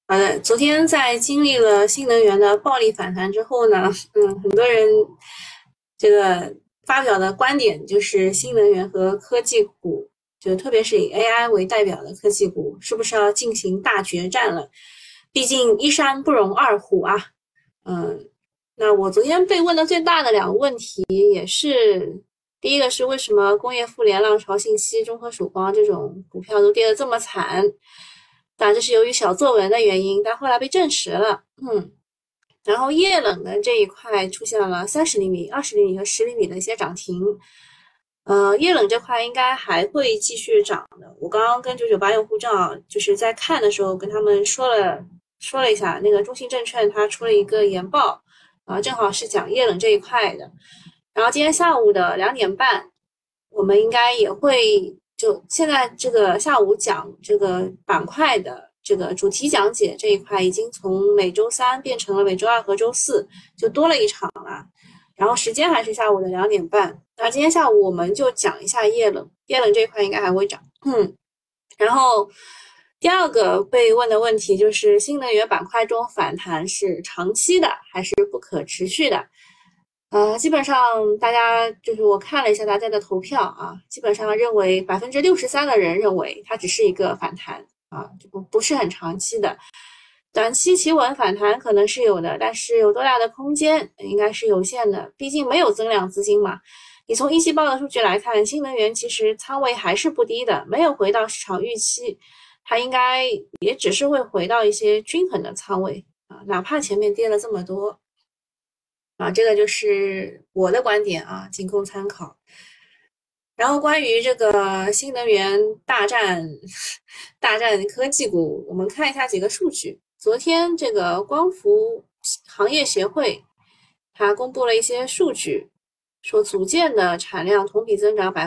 好的，昨天在经历了新能源的暴力反弹之后呢，很多人这个发表的观点就是新能源和科技股，就特别是以 AI 为代表的科技股，是不是要进行大决战了？毕竟一山不容二虎啊。嗯，那我昨天被问的最大的两个问题，也是第一个是为什么工业富联、浪潮信息、中科曙光这种股票都跌得这么惨？当然这是由于小作文的原因，但后来被证实了。然后液冷的这一块出现了30厘米、20厘米和10厘米的一些涨停。液冷这块应该还会继续涨的。我刚刚跟998用户正好就是在看的时候跟他们说了一下，那个中信证券它出了一个研报，正好是讲液冷这一块的。然后今天下午的2点半，我们应该也会就现在这个下午讲这个板块的这个主题讲解这一块，已经从每周三变成了每周二和周四，就多了一场了。然后时间还是下午的2点半。那今天下午我们就讲一下液冷，液冷这一块应该还会涨。然后第二个被问的问题就是新能源板块中反弹是长期的还是不可持续的？基本上大家就是我看了一下大家的投票啊，基本上认为63%的人认为它只是一个反弹啊，就不是很长期的。短期企稳反弹可能是有的，但是有多大的空间应该是有限的，毕竟没有增量资金嘛。你从一季报的数据来看，新能源其实仓位还是不低的，没有回到市场预期，它应该也只是会回到一些均衡的仓位啊，哪怕前面跌了这么多。这个就是我的观点啊，仅供参考。然后关于这个新能源大战，大战科技股，我们看一下几个数据。昨天这个光伏行业协会它公布了一些数据，说组件的产量同比增长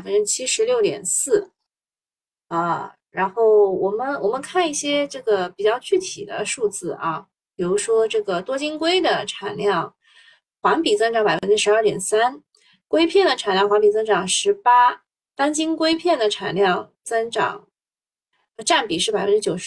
76.4%然后我们看一些这个比较具体的数字啊，比如说这个多晶硅的产量环比增长12.3%，硅片的产量环比增长18%，单晶硅片的产量增长占比是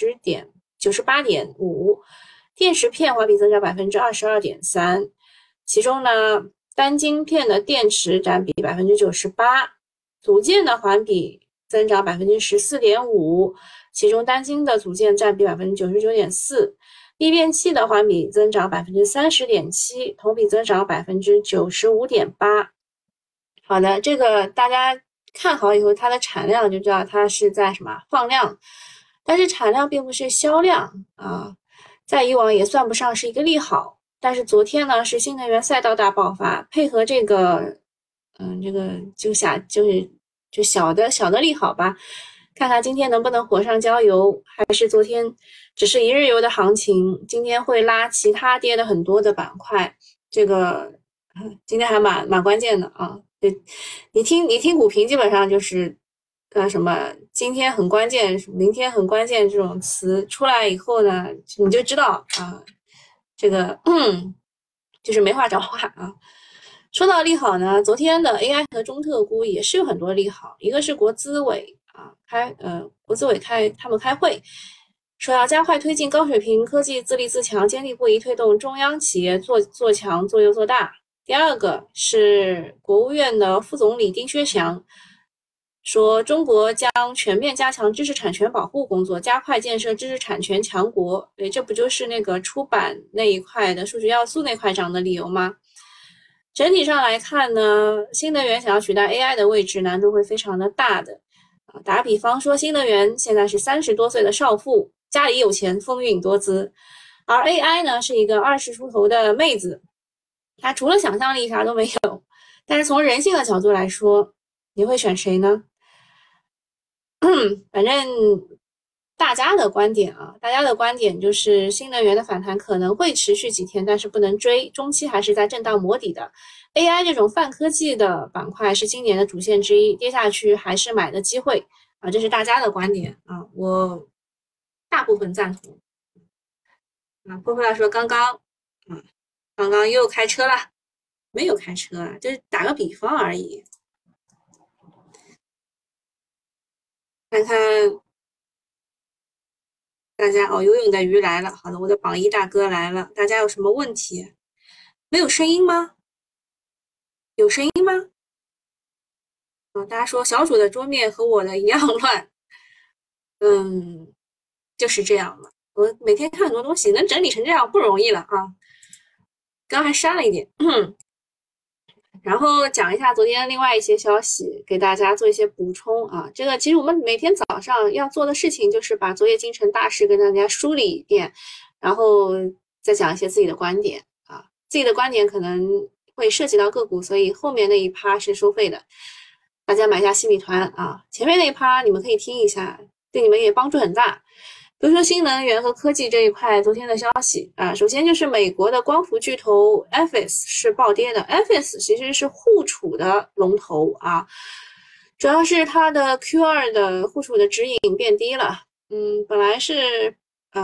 98.5%，电池片环比增长22.3%，其中呢单晶片的电池占比98%，组件的环比增长14.5%，其中单晶的组件占比99.4%，裂变器的环比增长30.7%，同比增长95.8%。好的，这个大家看好以后，它的产量就知道它是在什么放量，但是产量并不是销量啊，在以往也算不上是一个利好。但是昨天呢，是新能源赛道大爆发，配合这个，这个就小的利好吧，看看今天能不能火上浇油，还是昨天只是一日游的行情，今天会拉其他跌的很多的板块，这个今天还蛮关键的啊。你听股评基本上就是什么今天很关键，明天很关键这种词出来以后呢，你就知道啊，这个就是没话找话啊。说到利好呢，昨天的 AI 和中特估也是有很多利好，一个是国资委国资委他们开会，说要加快推进高水平科技自立自强，坚定不移推动中央企业做强做优做大。第二个是国务院的副总理丁薛祥说，中国将全面加强知识产权保护工作，加快建设知识产权强国。对，这不就是那个出版那一块的数据要素那块涨的理由吗？整体上来看呢，新能源想要取代 AI 的位置，难度会非常的大的。打个比方说，新能源现在是30多岁的少妇，家里有钱，风韵多姿，而 AI 呢是一个20出头的妹子，她除了想象力啥都没有。但是从人性的角度来说，你会选谁呢？反正大家的观点就是新能源的反弹可能会持续几天，但是不能追，中期还是在震荡磨底的。AI 这种泛科技的板块是今年的主线之一，跌下去还是买的机会啊，这是大家的观点啊，我大部分赞同波波要说刚刚又开车了，没有开车啊，就是打个比方而已，看看大家哦，游泳的鱼来了。好的，我的榜一大哥来了。大家有什么问题？没有声音吗？有声音吗？大家说小主的桌面和我的一样乱。嗯，就是这样嘛。我每天看很多东西，能整理成这样不容易了啊。刚还删了一点。然后讲一下昨天另外一些消息，给大家做一些补充啊。这个其实我们每天早上要做的事情就是把昨夜今晨大事跟大家梳理一遍，然后再讲一些自己的观点啊。自己的观点可能会涉及到个股，所以后面那一趴是收费的，大家买一下新米团啊。前面那一趴你们可以听一下，对你们也帮助很大。比如说新能源和科技这一块，昨天的消息啊，首先就是美国的光伏巨头 Enphase 是暴跌的。Enphase 其实是护储的龙头啊，主要是它的 Q2的护储的指引变低了。本来是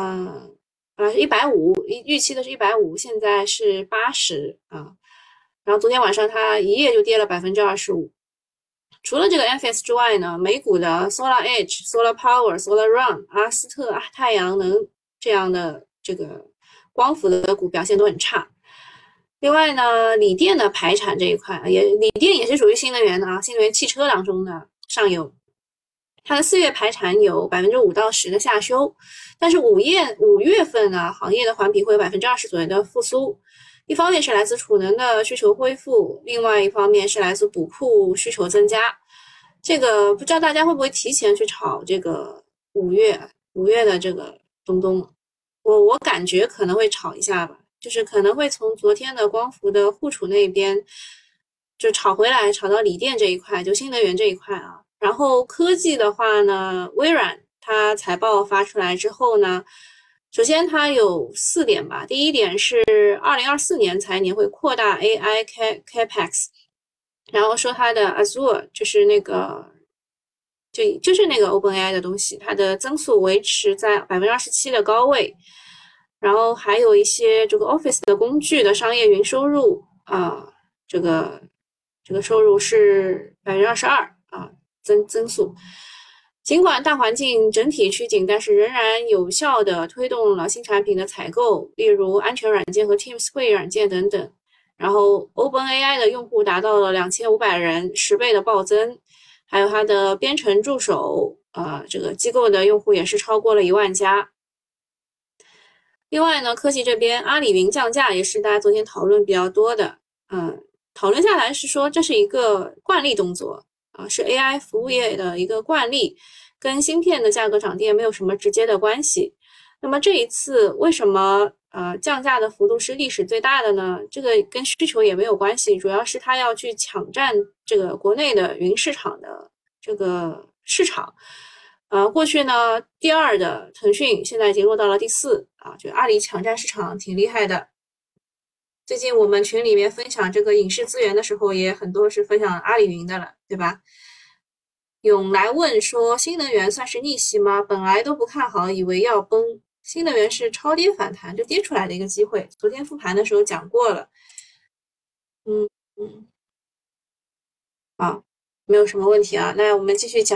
150，预期的是150，现在是80啊。然后昨天晚上它一夜就跌了25%。除了这个 FS 之外呢，美股的 Solar Edge、Solar Power、Solar Run、阿斯特、太阳能这样的这个光伏的股表现都很差。另外呢，锂电的排产这一块锂电也是属于新能源的啊，新能源汽车当中的上游，它的4月排产有5%到10%的下修，但是5月份呢，行业的环比会有20%左右的复苏。一方面是来自储能的需求恢复，另外一方面是来自补库需求增加。这个不知道大家会不会提前去炒这个五月的这个东东，我感觉可能会炒一下吧，就是可能会从昨天的光伏的户储那边就炒回来，炒到锂电这一块，就新能源这一块啊。然后科技的话呢，微软它财报发出来之后呢，首先它有4点吧。第一点是2024年财年会扩大 AI Capex， 然后说它的 Azure 就是那个就是那个 OpenAI 的东西，它的增速维持在27%的高位。然后还有一些这个 Office 的工具的商业云收入啊，这个收入是22%啊，增速。尽管大环境整体趋紧，但是仍然有效的推动了新产品的采购，例如安全软件和 Teams 会议软件等等。然后 OpenAI 的用户达到了2500人，10倍的暴增。还有它的编程助手，这个机构的用户也是超过了1万家。另外呢，科技这边阿里云降价也是大家昨天讨论比较多的。讨论下来是说这是一个惯例动作啊，是 AI 服务业的一个惯例，跟芯片的价格涨跌没有什么直接的关系。那么这一次为什么降价的幅度是历史最大的呢？这个跟需求也没有关系，主要是它要去抢占这个国内的云市场的这个市场。过去呢，第2的腾讯现在已经落到了第4啊，就阿里抢占市场挺厉害的。最近我们群里面分享这个影视资源的时候，也很多是分享阿里云的了，对吧？勇来问说，新能源算是逆袭吗？本来都不看好，以为要崩。新能源是超跌反弹，就跌出来的一个机会。昨天复盘的时候讲过了。嗯嗯，好，没有什么问题啊。那我们继续讲。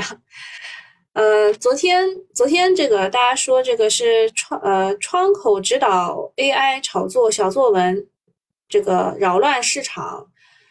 昨天这个大家说这个是窗口指导 AI 炒作小作文，这个扰乱市场。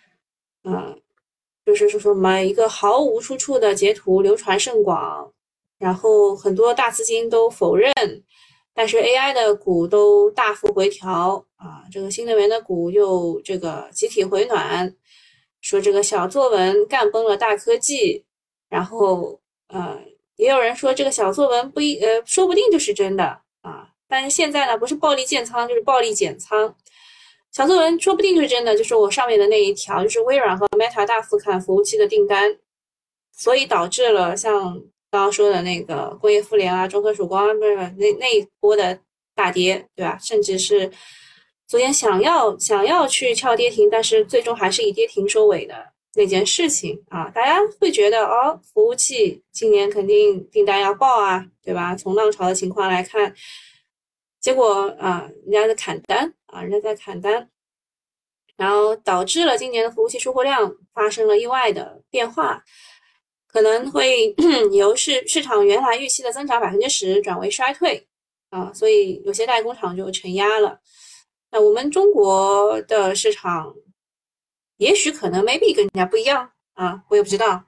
就是说什么一个毫无出处的截图流传甚广，然后很多大资金都否认，但是 AI 的股都大幅回调啊，这个新能源的股又这个集体回暖，说这个小作文干崩了大科技，然后也有人说这个小作文说不定就是真的啊，但是现在呢不是暴力建仓就是暴力减仓。小作文说不定就是真的，就是我上面的那一条，就是微软和 Meta 大幅砍服务器的订单，所以导致了像刚刚说的那个工业富联啊、中科曙光不是那一波的大跌，对吧？甚至是昨天想要去撬跌停，但是最终还是以跌停收尾的那件事情啊，大家会觉得哦，服务器今年肯定订单要爆啊，对吧？从浪潮的情况来看。结果人家在砍单然后导致了今年的服务器出货量发生了意外的变化，可能会由市场原来预期的增长10%转为衰退啊，所以有些代工厂就承压了。那我们中国的市场，也许可能 maybe 跟人家不一样啊，我也不知道。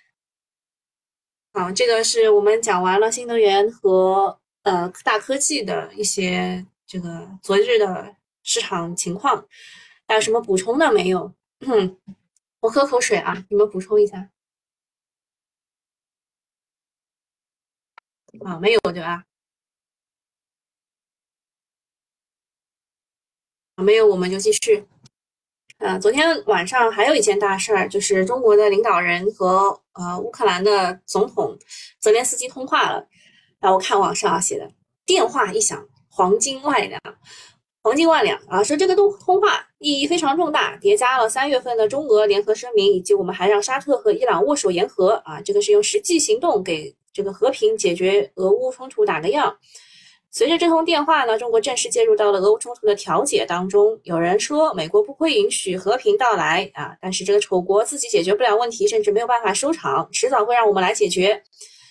好，这个是我们讲完了新能源和大科技的一些这个昨日的市场情况，还有什么补充的没有？我喝口水啊，你们补充一下啊，没有对吧？啊没有我们就继续。昨天晚上还有一件大事儿，就是中国的领导人和乌克兰的总统泽连斯基通话了。我看网上写的，电话一响，黄金万两。黄金万两啊！说这个通话意义非常重大，叠加了3月份的中俄联合声明，以及我们还让沙特和伊朗握手言和啊，这个是用实际行动给这个和平解决俄乌冲突打个样。随着这通电话呢，中国正式介入到了俄乌冲突的调解当中。有人说美国不会允许和平到来啊，但是这个丑国自己解决不了问题，甚至没有办法收场，迟早会让我们来解决。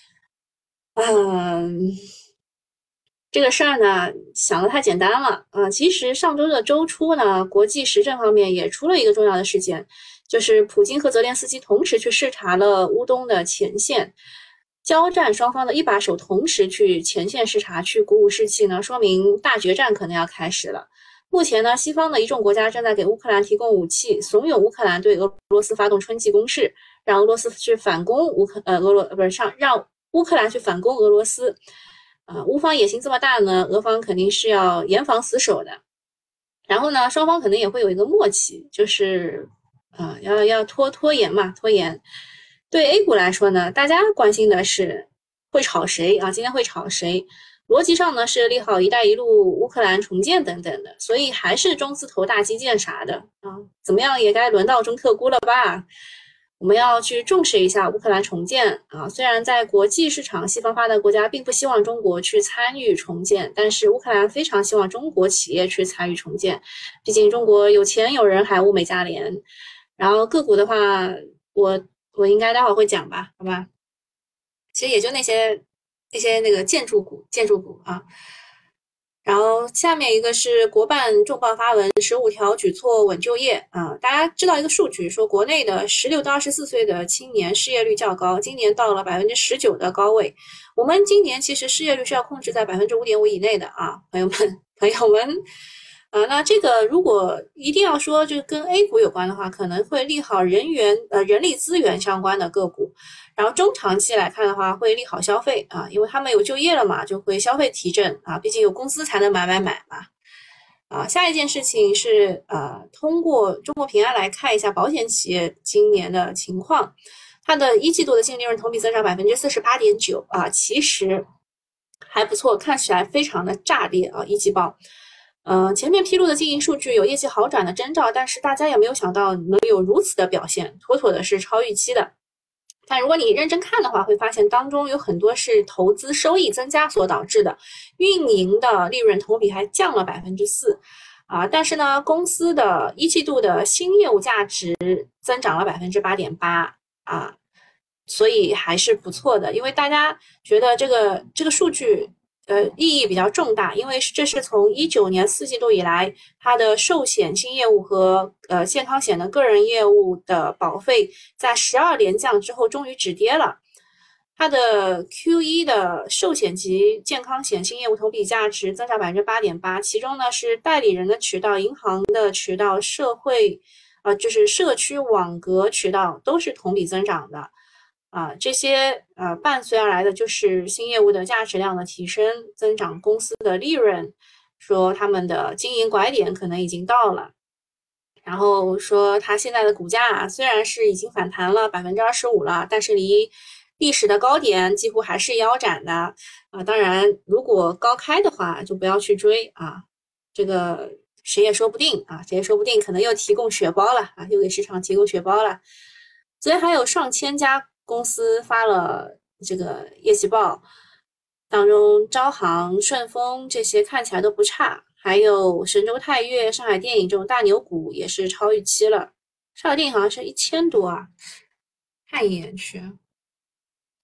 嗯，这个事儿呢，想的太简单了啊！其实上周的周初呢，国际时政方面也出了一个重要的事件，就是普京和泽连斯基同时去视察了乌东的前线，交战双方的一把手同时去前线视察，去鼓舞士气呢，说明大决战可能要开始了。目前呢，西方的一众国家正在给乌克兰提供武器，怂恿乌克兰对俄罗斯发动春季攻势，让俄罗斯去反攻让乌克兰去反攻俄罗斯。乌方野心这么大呢，俄方肯定是要严防死守的。然后呢，双方可能也会有一个默契，就是要拖延嘛，拖延。对 A 股来说呢，大家关心的是会炒谁啊？今天会炒谁？逻辑上呢是利好“一带一路”、乌克兰重建等等的，所以还是中字头大基建啥的啊，怎么样也该轮到中特估了吧？我们要去重视一下乌克兰重建啊！虽然在国际市场，西方发达国家并不希望中国去参与重建，但是乌克兰非常希望中国企业去参与重建。毕竟中国有钱有人，还物美价廉。然后个股的话，我应该待会儿会讲吧，好吧？其实也就那些那个建筑股啊。然后下面一个是国办重磅发文，15条举措稳就业啊！大家知道一个数据，说国内的16到24岁的青年失业率较高，今年到了19%的高位。我们今年其实失业率是要控制在5.5%以内的啊，朋友们，朋友们。那这个如果一定要说就跟 A 股有关的话，可能会利好人力资源相关的个股。然后中长期来看的话，会利好消费啊，因为他们有就业了嘛，就会消费提振啊，毕竟有工资才能买嘛。下一件事情是通过中国平安来看一下保险企业今年的情况，它的一季度的净利润同比增长48.9%啊，其实还不错，看起来非常的炸裂啊，一季报。前面披露的经营数据有业绩好转的征兆，但是大家也没有想到能有如此的表现，妥妥的是超预期的。但如果你认真看的话，会发现当中有很多是投资收益增加所导致的，运营的利润同比还降了4%啊。但是呢，公司的一季度的新业务价值增长了8.8%啊，所以还是不错的。因为大家觉得这个数据意义比较重大，因为这是从19年4季度以来，它的寿险新业务和健康险的个人业务的保费在12连降之后终于止跌了。它的 Q1 的寿险及健康险新业务同比价值增长8.8%，其中呢是代理人的渠道、银行的渠道、就是社区网格渠道都是同比增长的。这些伴随而来的就是新业务的价值量的提升，增长公司的利润，说他们的经营拐点可能已经到了，然后说它现在的股价虽然是已经反弹了25%了，但是离历史的高点几乎还是腰斩的啊。当然，如果高开的话，就不要去追啊，这个谁也说不定啊，谁也说不定可能又提供血包了啊，又给市场提供血包了。昨天还有上千家公司发了这个业绩报，当中招行、顺丰这些看起来都不差，还有神州泰岳、上海电影这种大牛股也是超预期了。上海电影好像是1000多啊，看一眼去。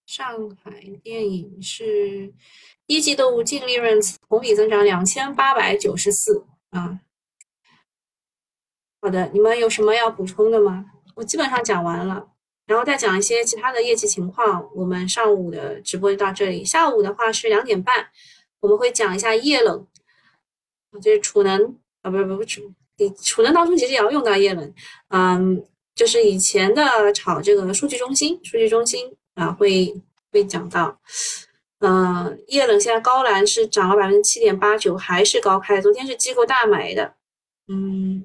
上海电影是一季度净利润同比增长2894啊。好的，你们有什么要补充的吗？我基本上讲完了，然后再讲一些其他的业绩情况。我们上午的直播就到这里，下午的话是2点半，我们会讲一下液冷，就是储能啊，不是储能当中其实也要用到液冷，就是以前的炒这个数据中心啊会讲到，液冷现在高蓝是涨了7.89%，还是高开，昨天是机构大买的，嗯。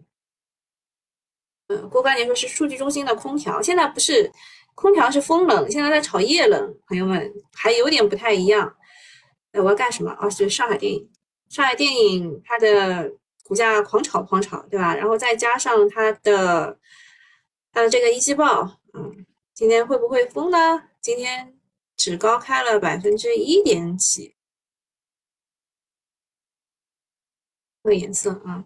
郭关年说是数据中心的空调，现在不是空调是风冷，现在在炒液冷，朋友们还有点不太一样。我要干什么？哦，是上海电影，上海电影它的股价狂炒，对吧？然后再加上它的这个一季报，今天会不会封呢？今天只高开了1点几，这个颜色啊。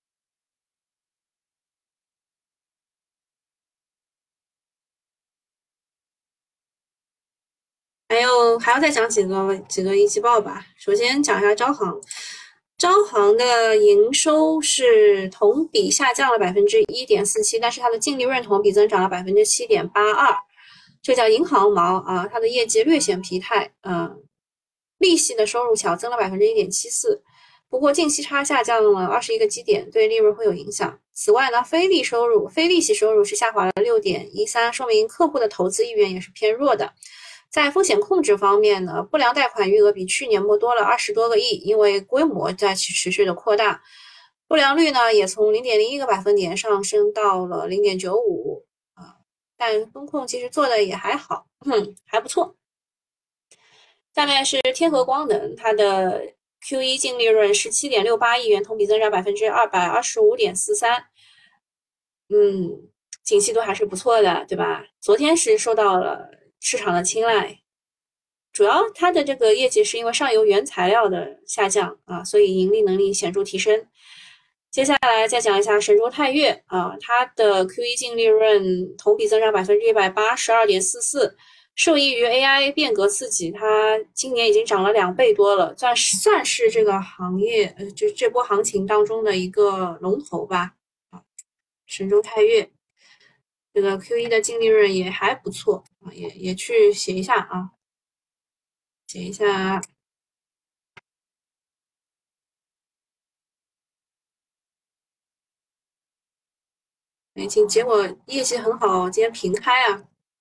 还要再讲几个一季报吧。首先讲一下招行，招行的营收是同比下降了1.47%，但是它的净利润同比增长了7.82%，这叫银行毛啊。它的业绩略显疲态，利息的收入小增了1.74%，不过净息差下降了21个基点，对利润会有影响。此外呢，非利息收入是下滑了6.13%，说明客户的投资意愿也是偏弱的。在风险控制方面呢，不良贷款余额比去年末多了20多个亿，因为规模在持续的扩大，不良率呢也从0.01个百分点上升到了0.95啊，但风控其实做的也还好，还不错。下面是天合光能，它的 Q1 净利润17.68亿元，同比增长225.43%，景气度还是不错的，对吧？昨天是受到了市场的青睐，主要它的这个业绩是因为上游原材料的下降啊，所以盈利能力显著提升。接下来再讲一下神州泰岳啊，它的 Q1 净利润同比增长182.44%，受益于 AI 变革刺激，它今年已经涨了2倍多了，算是这个行业就这波行情当中的一个龙头吧。啊，神州泰岳这个 Q1 的净利润也还不错啊，也去写一下啊。写一下，结果业绩很好，今天平开啊。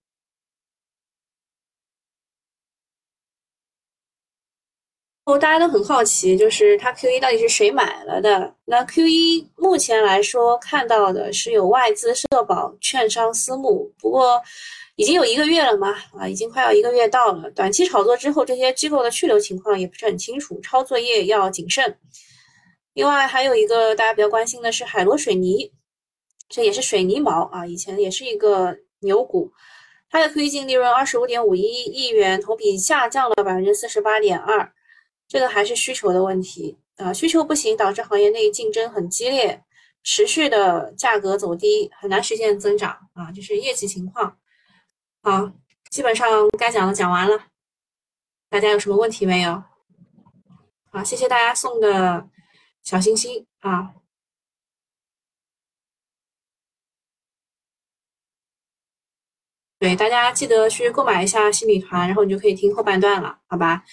大家都很好奇，就是它 Q1 到底是谁买了的？那 Q1 目前来说看到的是有外资、社保、券商、私募，不过已经有1个月了嘛，已经快要1个月到了。短期炒作之后，这些机构的去留情况也不是很清楚，操作业要谨慎。另外还有一个大家比较关心的是海螺水泥，这也是水泥毛啊，以前也是一个牛股，它的推净利润25.51亿元，同比下降了48.2%，这个还是需求的问题啊，需求不行，导致行业内竞争很激烈，持续的价格走低，很难实现增长啊，这是业绩情况。好，基本上该讲的讲完了，大家有什么问题没有？好，谢谢大家送的小心心啊。对，大家记得去购买一下新米团，然后你就可以听后半段了，好吧？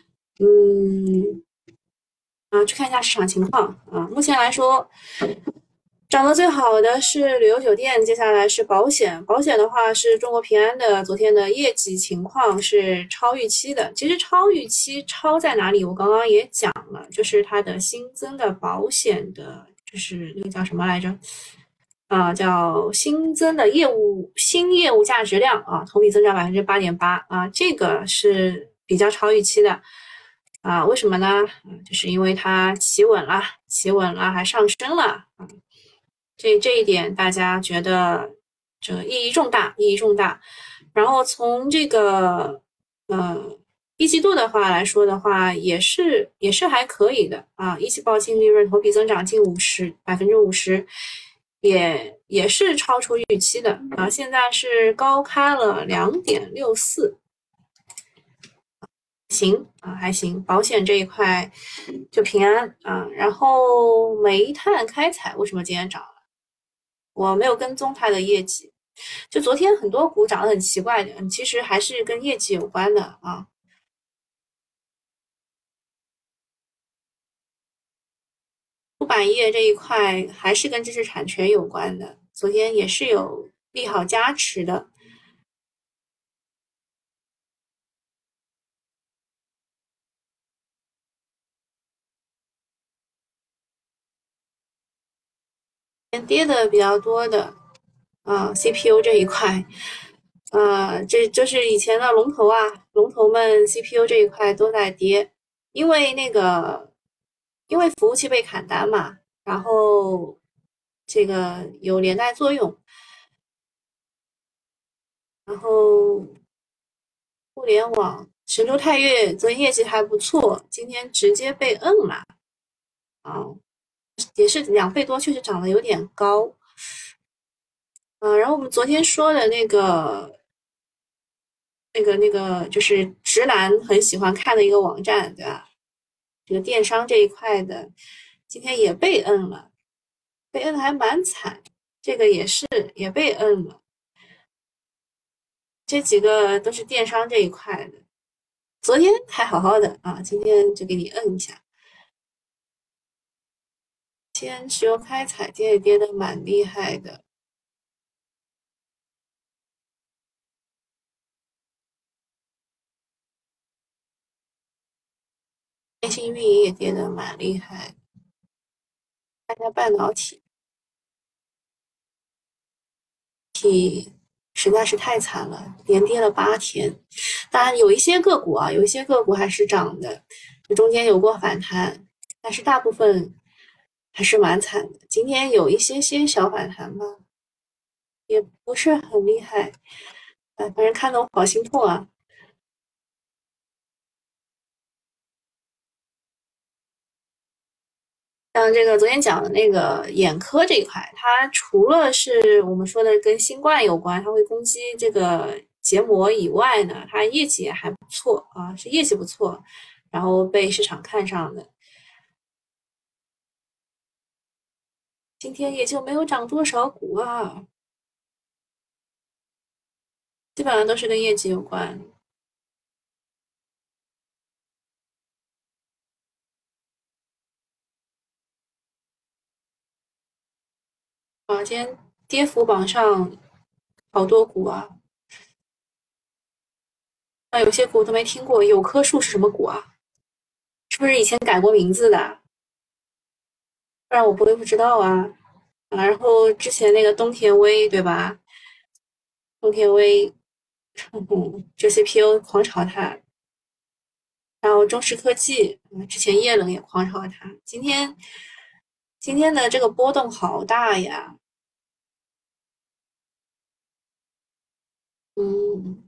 去看一下市场情况啊。目前来说，涨得最好的是旅游酒店，接下来是保险。保险的话是中国平安的昨天的业绩情况是超预期的。其实超预期超在哪里？我刚刚也讲了，就是它的新增的保险的，就是那个叫什么来着？叫新增的新业务价值量啊，同比增长8.8%啊，这个是比较超预期的啊。为什么呢？就是因为它企稳了，还上升了啊。这一点大家觉得这个意义重大，意义重大。然后从这个一季度的话来说的话，也是还可以的啊。一季报净利润同比增长近50%，也是超出预期的啊。现在是高开了2.64， 行啊，还行。保险这一块就平安啊。然后煤炭开采为什么今天涨了？我没有跟踪它的业绩。就昨天很多股涨得很奇怪的，其实还是跟业绩有关的啊。出版业这一块还是跟知识产权有关的，昨天也是有利好加持的。跌的比较多的啊，CPU 这一块，这就是以前的龙头啊，龙头们 CPU 这一块都在跌，因为因为服务器被砍单嘛，然后这个有连带作用，然后互联网神州泰岳昨天业绩还不错，今天直接被摁了啊，也是2倍多，确实涨得有点高。然后我们昨天说的那个，就是直男很喜欢看的一个网站，对吧？这个电商这一块的，今天也被摁了，被摁的还蛮惨。这个也被摁了，这几个都是电商这一块的。昨天还好好的啊，今天就给你摁一下。今天石油开采跌也跌的蛮厉害的，电信运营也跌的蛮厉害。看一下半导体。实在是太惨了，连跌了8天。当然，有一些个股啊，有一些个股还是涨的，就中间有过反弹，但是大部分还是蛮惨的。今天有一些小反弹吧，也不是很厉害。哎，反正看得我好心痛啊。像这个昨天讲的那个眼科这一块，它除了是我们说的跟新冠有关，它会攻击这个结膜以外呢，它业绩也还不错啊，是业绩不错，然后被市场看上的。今天也就没有涨多少股啊，基本上都是跟业绩有关啊。今天跌幅榜上好多股啊，那有些股都没听过，有棵树是什么股啊？是不是以前改过名字的？不然我不会不知道啊。然后之前那个东田威，对吧？东田威，就 CPU 狂炒它，然后中芯科技，之前液冷也狂炒它。今天的这个波动好大呀，嗯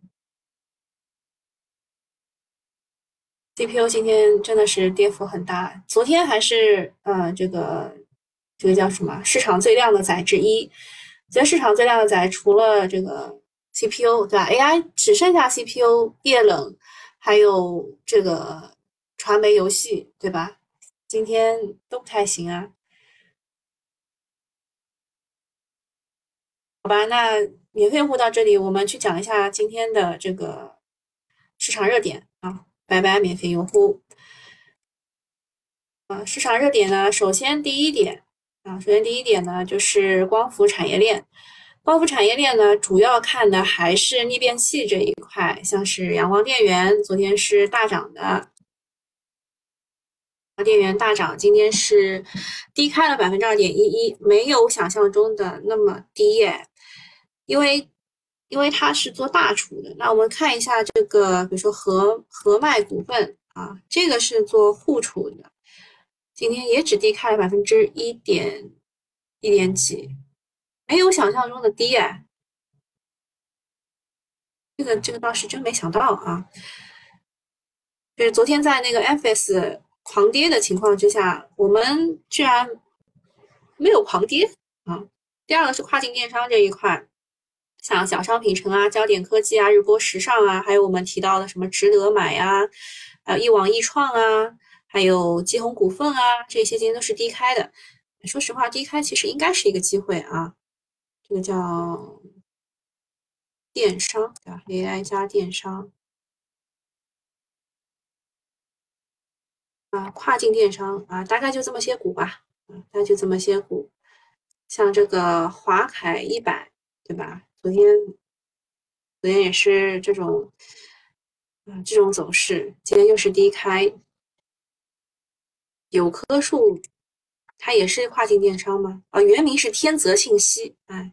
，CPU 今天真的是跌幅很大，昨天还是这个叫什么市场最靓的仔之一。觉得市场最靓的仔除了这个 CPU 对吧？AI 只剩下 CPU、液冷，还有这个传媒游戏对吧？今天都不太行啊。好吧，那免费用户到这里，我们去讲一下今天的这个市场热点啊，拜拜，免费用户。市场热点呢，首先第一点呢，就是光伏产业链。光伏产业链呢，主要看的还是逆变器这一块，像是阳光电源，昨天是大涨的，电源大涨，今天是低开了2.11%，没有想象中的那么低耶，因为它是做大厨的。那我们看一下这个，比如说和脉股份啊，这个是做护储的，今天也只低开了1.1点几，没有想象中的低哎，这个倒是真没想到啊。就是昨天在那个 FS 狂跌的情况之下，我们居然没有狂跌啊。第二个是跨境电商这一块，像小商品城啊、焦点科技啊、日播时尚啊，还有我们提到的什么值得买呀、 还有一网易创啊，还有基宏股份啊，这些今天都是低开的。说实话，低开其实应该是一个机会啊，这个叫电商，对吧？AI 加电商啊，跨境电商啊，大概就这么些股吧，大概就这么些股，像这个华凯100，对吧？昨天也是这种，这种走势，今天又是低开。有棵树，它也是跨境电商吗？原名是天泽信息，哎，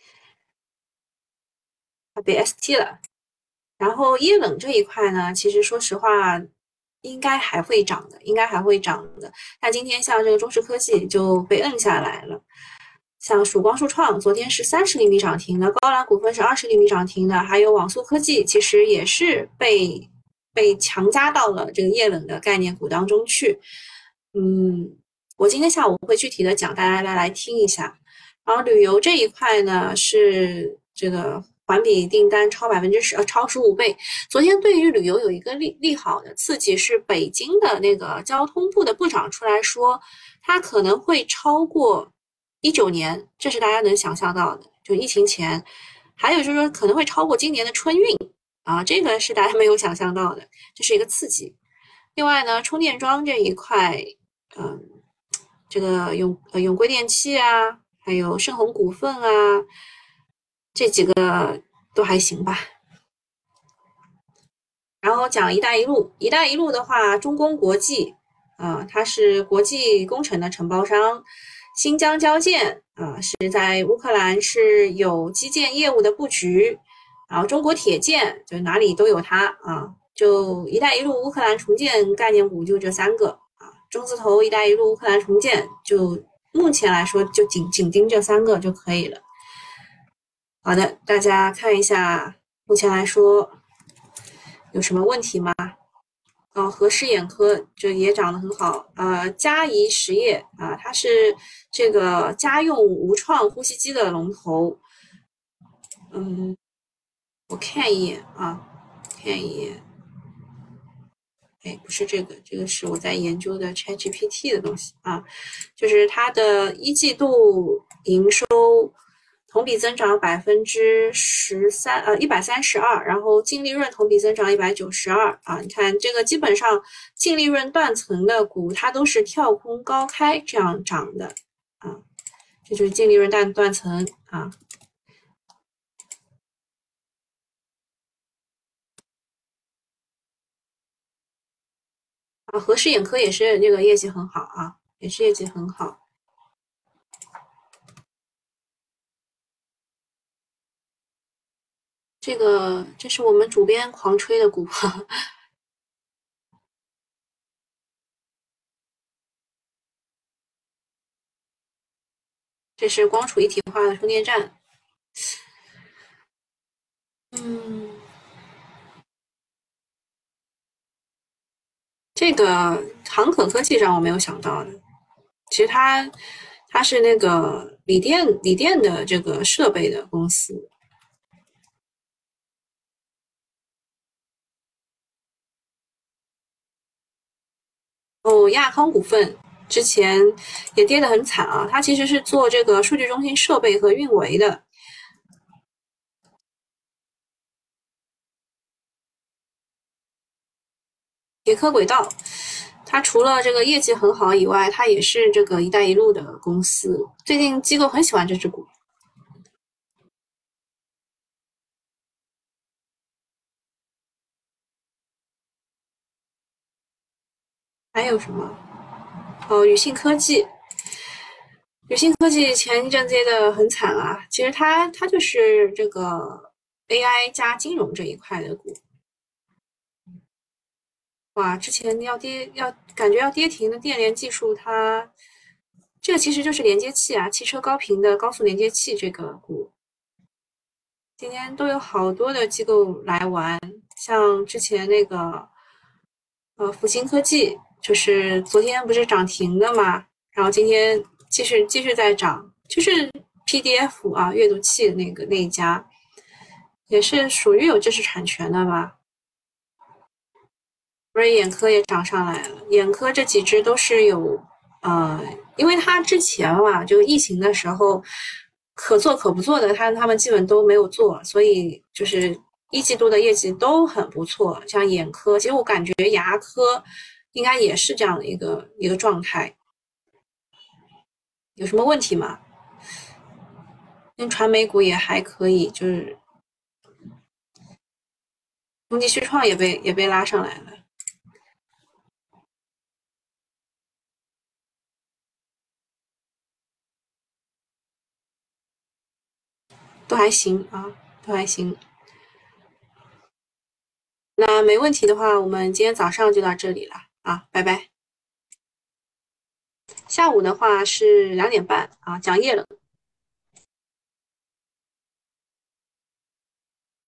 它被 ST 了。然后液冷这一块呢，其实说实话，应该还会涨的，应该还会涨的。但今天像这个中视科技就被摁下来了，像曙光数创昨天是30厘米涨停的，高瓴股份是20厘米涨停的，还有网速科技其实也是被强加到了这个液冷的概念股当中去。我今天下午会具体的讲，大家来听一下。然后旅游这一块呢，是这个环比订单超10%，超15倍。昨天对于旅游有一个利好的刺激，是北京的那个交通部的部长出来说，它可能会超过19年，这是大家能想象到的，就疫情前。还有就是说可能会超过今年的春运啊，这个是大家没有想象到的，这是一个刺激。另外呢，充电桩这一块，嗯，这个永贵电器啊，还有盛虹股份啊，这几个都还行吧。然后讲“一带一路”，“一带一路”的话，中公国际它是国际工程的承包商。新疆交建是在乌克兰是有基建业务的布局，然后中国铁建就哪里都有它啊。就“一带一路”乌克兰重建概念股就这3个啊，中字头“一带一路”乌克兰重建就目前来说就紧盯这3个就可以了。好的，大家看一下，目前来说有什么问题吗？和诗眼科就也长得很好。佳怡实业它是这个家用无创呼吸机的龙头。我看一眼看一眼。不是这个，这个是我在研究的 ChatGPT 的东西啊，就是它的一季度营收同比增长132%，然后净利润同比增长192啊。你看这个基本上净利润断层的股，它都是跳空高开这样涨的啊，这就是净利润断层啊。和诗眼科也是这个业绩很好啊，也是业绩很好。这是我们主编狂吹的股，这是光储一体化的充电站。嗯，这个航可科技让我没有想到的，其实它是那个锂电的这个设备的公司。亚康股份之前也跌得很惨啊，它其实是做这个数据中心设备和运维的。捷科轨道，它除了这个业绩很好以外，它也是这个“一带一路”的公司。最近机构很喜欢这只股。还有什么？宇信科技，宇信科技前一阵跌得很惨啊。其实它就是这个 AI 加金融这一块的股。哇，之前感觉要跌停的电联技术，它这个其实就是连接器啊，汽车高频的高速连接器这个股，今天都有好多的机构来玩，像之前那个福星科技，就是昨天不是涨停的嘛，然后今天继续在涨，就是 PDF 阅读器那一家，也是属于有知识产权的吧。 不是眼科也涨上来了，眼科这几只都是有，呃，因为它之前嘛，就疫情的时候，可做可不做的，他们基本都没有做，所以就是一季度的业绩都很不错。像眼科，其实我感觉牙科应该也是这样的一个状态。有什么问题吗？跟传媒股也还可以，就是中极旭创也被拉上来了，都还行啊，都还行。那没问题的话，我们今天早上就到这里了啊，拜拜。下午的话是2点半啊，讲业了。